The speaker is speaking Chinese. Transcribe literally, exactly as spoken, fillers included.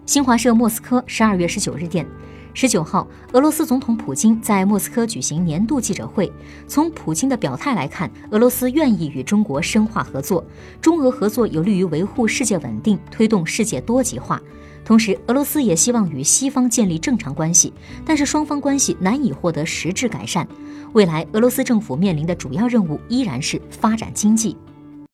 新华社莫斯科十二月十九日电，十九号，俄罗斯总统普京在莫斯科举行年度记者会。从普京的表态来看，俄罗斯愿意与中国深化合作，中俄合作有利于维护世界稳定，推动世界多极化。同时，俄罗斯也希望与西方建立正常关系，但是双方关系难以获得实质改善。未来，俄罗斯政府面临的主要任务依然是发展经济。